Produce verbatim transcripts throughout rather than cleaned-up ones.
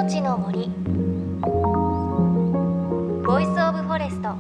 命の森ボイスオブフォレスト。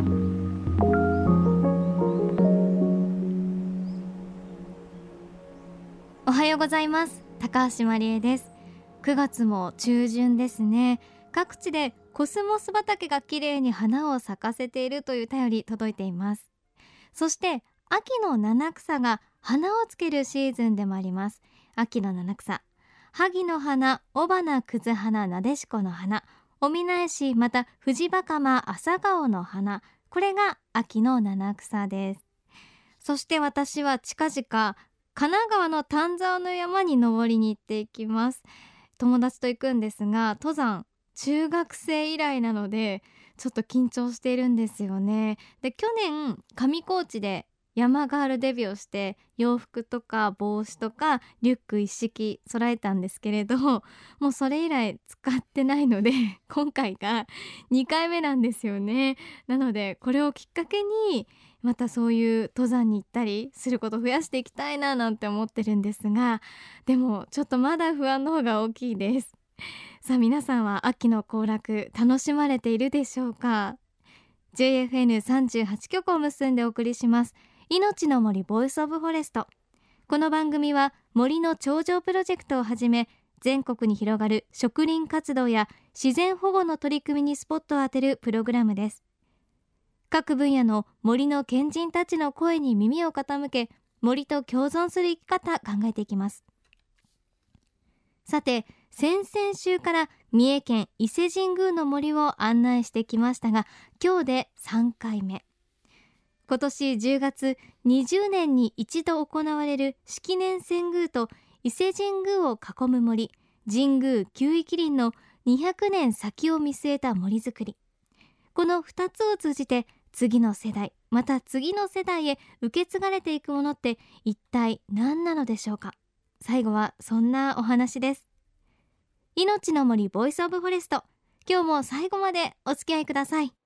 おはようございます。高橋真理恵です。くがつも中旬ですね。各地でコスモス畑が綺麗に花を咲かせているという便り届いています。そして秋の七草が花をつけるシーズンでもあります。秋の七草、萩の花、雄花、葛花、なでしこの花、おみなえし、また藤袴、朝顔の花、これが秋の七草です。そして私は近々神奈川の丹沢の山に登りに行っていきます。友達と行くんですが、登山中学生以来なのでちょっと緊張しているんですよね。で、去年上高地で山ガールデビューをして洋服とか帽子とかリュック一式揃えたんですけれど、もうそれ以来使ってないので今回がにかいめなんですよね。なのでこれをきっかけにまたそういう登山に行ったりすることを増やしていきたいななんて思ってるんですが、でもちょっとまだ不安の方が大きいです。さあ皆さんは秋の行楽楽しまれているでしょうか。 ジェイエフエヌさんじゅうはち 局を結んでお送りします命の森ボイスオブフォレスト。この番組は森の頂上プロジェクトをはじめ全国に広がる植林活動や自然保護の取り組みにスポットを当てるプログラムです。各分野の森の賢人たちの声に耳を傾け、森と共存する生き方考えていきます。さて、先々週から三重県伊勢神宮の森を案内してきましたが、今日でさんかいめ。今年じゅうがつ、にじゅうねんに一度行われる式年遷宮と伊勢神宮を囲む森、神宮九域林のにひゃくねん先を見据えた森づくり、このふたつを通じて次の世代、また次の世代へ受け継がれていくものって一体何なのでしょうか。最後はそんなお話です。命の森ボイスオブフォレスト、今日も最後までお付き合いください。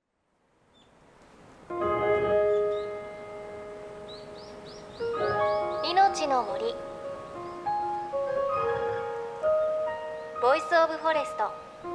命の森ボイスオブフォレスト。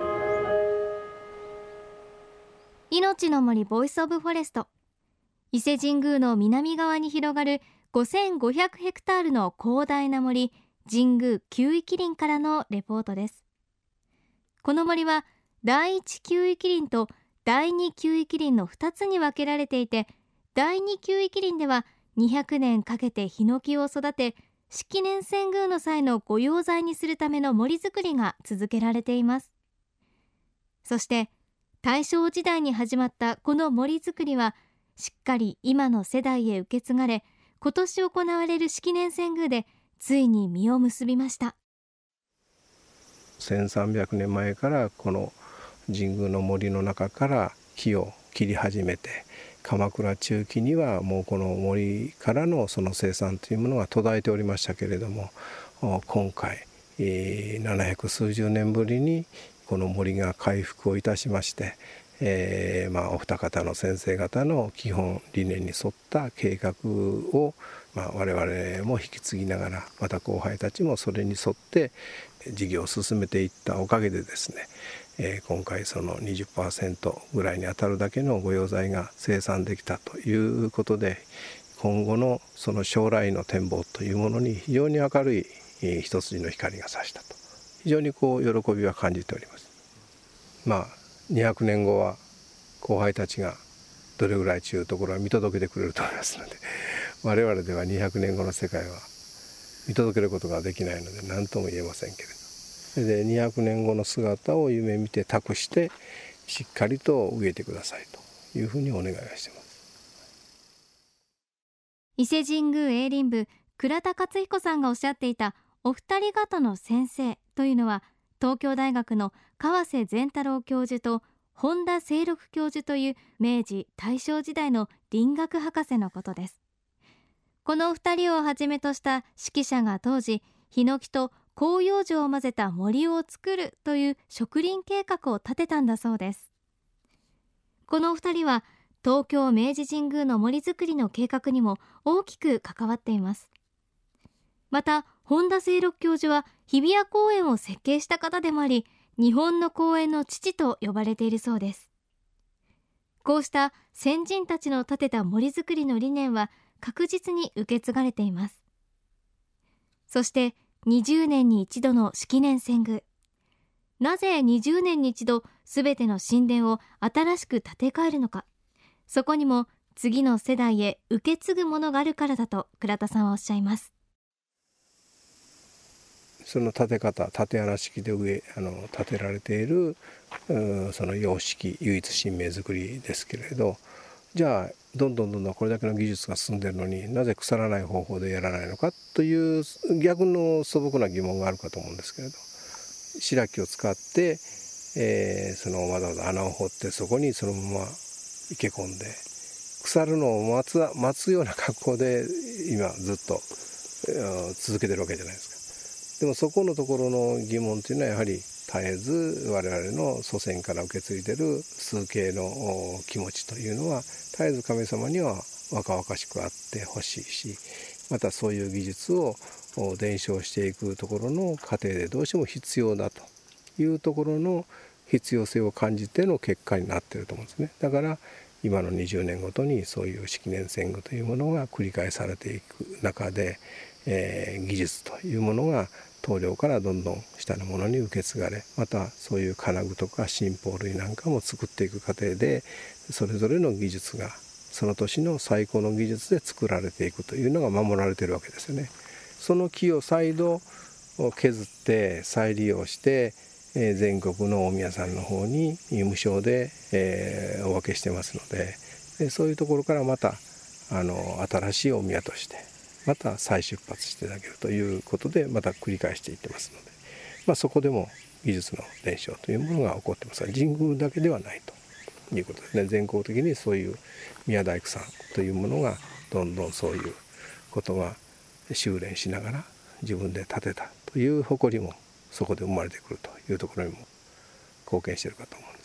命の森ボイスオブフォレスト。伊勢神宮の南側に広がるごせんごひゃくヘクタールの広大な森、神宮九域林からのレポートです。この森はだいいち九域林とだいに九域林のふたつに分けられていて、だいに九域林ではにひゃくねんかけてヒノキを育て、式年遷宮の際の御用材にするための森づくりが続けられています。そして大正時代に始まったこの森づくりはしっかり今の世代へ受け継がれ、今年行われる式年遷宮でついに実を結びました。 せんさんびゃくねんまえからこの神宮の森の中から木を切り始めて、鎌倉中期にはもうこの森からのその生産というものが途絶えておりましたけれども、今回ななひゃくすうじゅうねんぶりにこの森が回復をいたしまして、えー、まあお二方の先生方の基本理念に沿った計画を、まあ、我々も引き継ぎながら、また後輩たちもそれに沿って事業を進めていったおかげでですね、えー、今回その にじゅっパーセント ぐらいに当たるだけの御用材が生産できたということで、今後のその将来の展望というものに非常に明るい一筋の光が差したと、非常にこう喜びは感じております。まあにひゃくねんごは後輩たちがどれぐらいというところは見届けてくれると思いますので、我々ではにひゃくねんごの世界は見届けることができないので何とも言えませんけれど、それでにひゃくねんごの姿を夢見て託してしっかりと植えてくださいというふうにお願いをしています。 伊勢神宮営林部倉田克彦さんがおっしゃっていたお二人方の先生というのは、東京大学の川瀬善太郎教授と本田清六教授という明治大正時代の林学博士のことです。この二人をはじめとした指揮者が当時、ヒノキと広葉樹を混ぜた森を作るという植林計画を立てたんだそうです。この二人は東京明治神宮の森づくりの計画にも大きく関わっています。また本田清六教授は日比谷公園を設計した方でもあり、 日本の公園の父と呼ばれているそうです。こうした先人たちの建てた森づくりの理念は確実に受け継がれています。そしてにじゅうねんに一度の式年遷宮。なぜにじゅうねんに一度すべての神殿を新しく建て替えるのか。そこにも次の世代へ受け継ぐものがあるからだと倉田さんはおっしゃいます。 その建て方、竪穴式で上あの建てられているその様式唯一神明造りですけれど、じゃあどんどんどんどんこれだけの技術が進んでいるのになぜ腐らない方法でやらないのかという逆の素朴な疑問があるかと思うんですけれど、白木を使って、えー、そのわざわざ穴を掘ってそこにそのまま生け込んで腐るのを待つ、待つような格好で今ずっと続けてるわけじゃないですか。でもそこのところの疑問というのはやはり絶えず我々の祖先から受け継いでいる崇敬の気持ちというのは絶えず神様には若々しくあってほしいし、またそういう技術を伝承していくところの過程でどうしても必要だというところの必要性を感じての結果になっていると思うんですね。だから今のにじゅうねんごとにそういう式年遷宮というものが繰り返されていく中で、えー、技術というものが棟梁からどんどん下のものに受け継がれ、またそういう金具とか神宝類なんかも作っていく過程でそれぞれの技術がその年の最高の技術で作られていくというのが守られているわけですよね。その木を再度削って再利用して全国の大宮さんの方に無償でお分けしてますので、そういうところからまたあの新しい大宮としてまた再出発していただけるということでまた繰り返していってますので、まあ、そこでも技術の伝承というものが起こってますが、神宮だけではないということですね。全国的にそういう宮大工さんというものがどんどんそういうことが修練しながら自分で建てたという誇りもそこで生まれてくるというところにも貢献しているかと思うんです。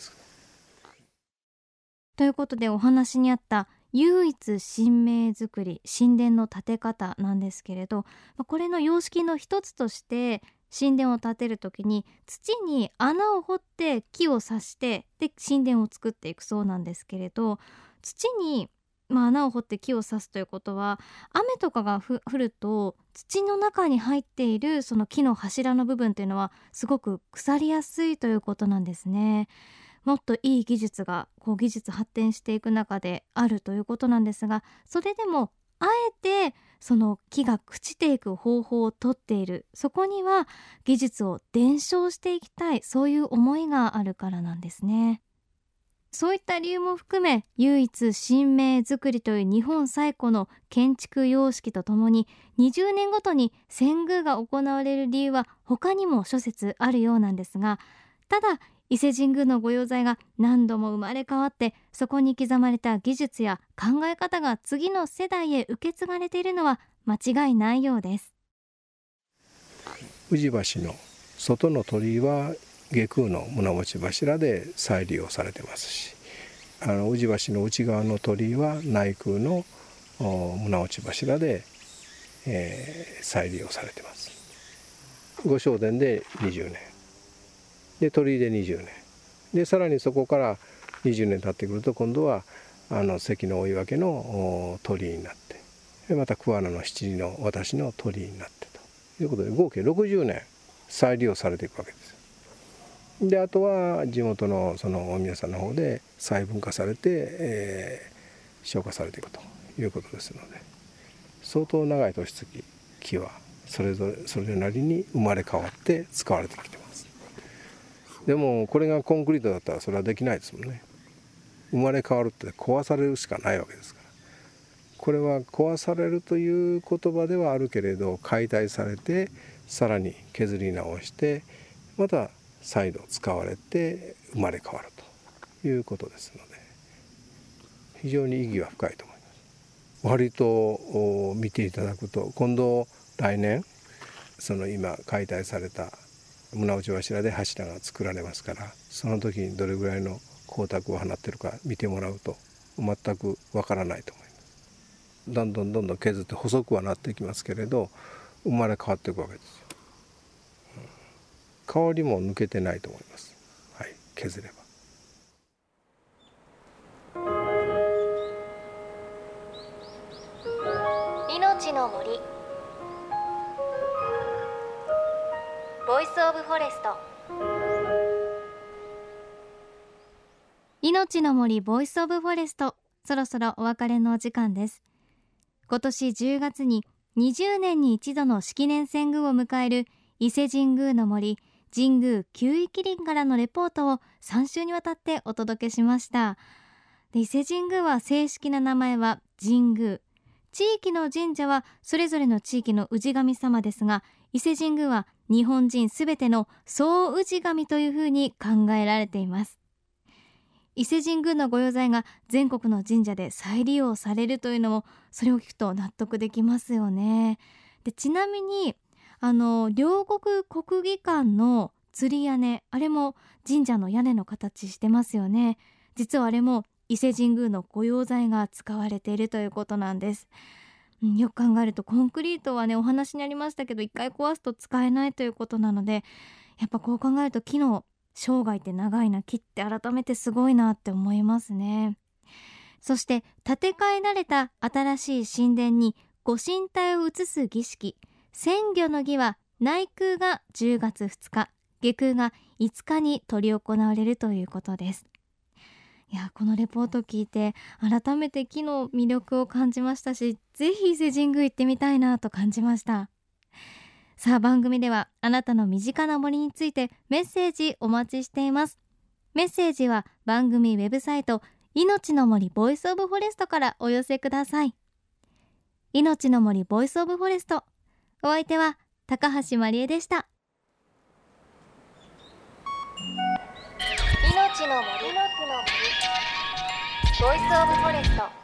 ということでお話にあった唯一神明造り神殿の建て方なんですけれど、これの様式の一つとして神殿を建てるときに土に穴を掘って木を刺してで神殿を作っていくそうなんですけれど、土に、まあ、穴を掘って木を刺すということは雨とかがふ降ると土の中に入っているその木の柱の部分というのはすごく腐りやすいということなんですね。もっといい技術がこう技術発展していく中であるということなんですが、それでもあえてその木が朽ちていく方法をとっている、そこには技術を伝承していきたい、そういう思いがあるからなんですね。そういった理由も含め唯一神明造りという日本最古の建築様式とともににじゅうねんごとに遷宮が行われる理由は他にも諸説あるようなんですが、ただ伊勢神宮の御用材が何度も生まれ変わってそこに刻まれた技術や考え方が次の世代へ受け継がれているのは間違いないようです。 宇治橋の外の鳥居は外宮の胸持ち柱で再利用されてますし、あの宇治橋の内側の鳥居は内宮の胸持ち柱で、えー、再利用されてます。御正殿でにじゅうねんで鳥居でにじゅうねんで、さらにそこからにじゅうねん経ってくると今度はあの関の追分けの鳥居になって、でまた桑名の七里の私の鳥居になってということで合計ろくじゅうねん再利用されていくわけです。であとは地元のその大宮さんの方で再分化されて、えー、消化されていくということですので、相当長い年月木はそれぞれそれなりに生まれ変わって使われてきてます。でもこれがコンクリートだったらそれはできないですもんね。生まれ変わるって壊されるしかないわけですから、これは壊されるという言葉ではあるけれど解体されてさらに削り直してまた再度使われて生まれ変わるということですので、非常に意義は深いと思います。割と見ていただくと今度来年その今解体された胸落ち柱で柱が作られますから、その時にどれぐらいの光沢を放っているか見てもらうと全くわからないと思います。どんどんどんどん削って細くはなっていきますけれど生まれ変わっていくわけですよ。 香りも抜けてないと思います、はい、削れば。 命の森ボイスオブフォレスト。命の森ボイスオブフォレスト、そろそろお別れのお時間です。今年じゅうがつににじゅうねんに一度の式年遷宮を迎える伊勢神宮の森神宮九域林からのレポートをさん週にわたってお届けしました。で伊勢神宮は正式な名前は神宮、地域の神社はそれぞれの地域の氏神様ですが、伊勢神宮は日本人すべての総氏神というふうに考えられています。伊勢神宮の御用材が全国の神社で再利用されるというのも、それを聞くと納得できますよね。でちなみにあの両国国技館の吊り屋根、あれも神社の屋根の形してますよね。実はあれも伊勢神宮の御用材が使われているということなんです。うん、よく考えるとコンクリートはね、お話にありましたけど一回壊すと使えないということなので、やっぱこう考えると木の生涯って長いな、木って改めてすごいなって思いますね。そして建て替えられた新しい神殿にご神体を移す儀式、遷御の儀は内宮がじゅうがつふつか、外宮がいつかに執り行われるということです。いや、このレポートを聞いて改めて木の魅力を感じましたし、ぜひ伊勢神宮行ってみたいなと感じました。さあ、番組ではあなたの身近な森についてメッセージお待ちしています。メッセージは番組ウェブサイト命の森ボイスオブフォレストからお寄せください。命の森ボイスオブフォレスト、お相手は高橋まりえでした。命の森ボイスオブフォレスト。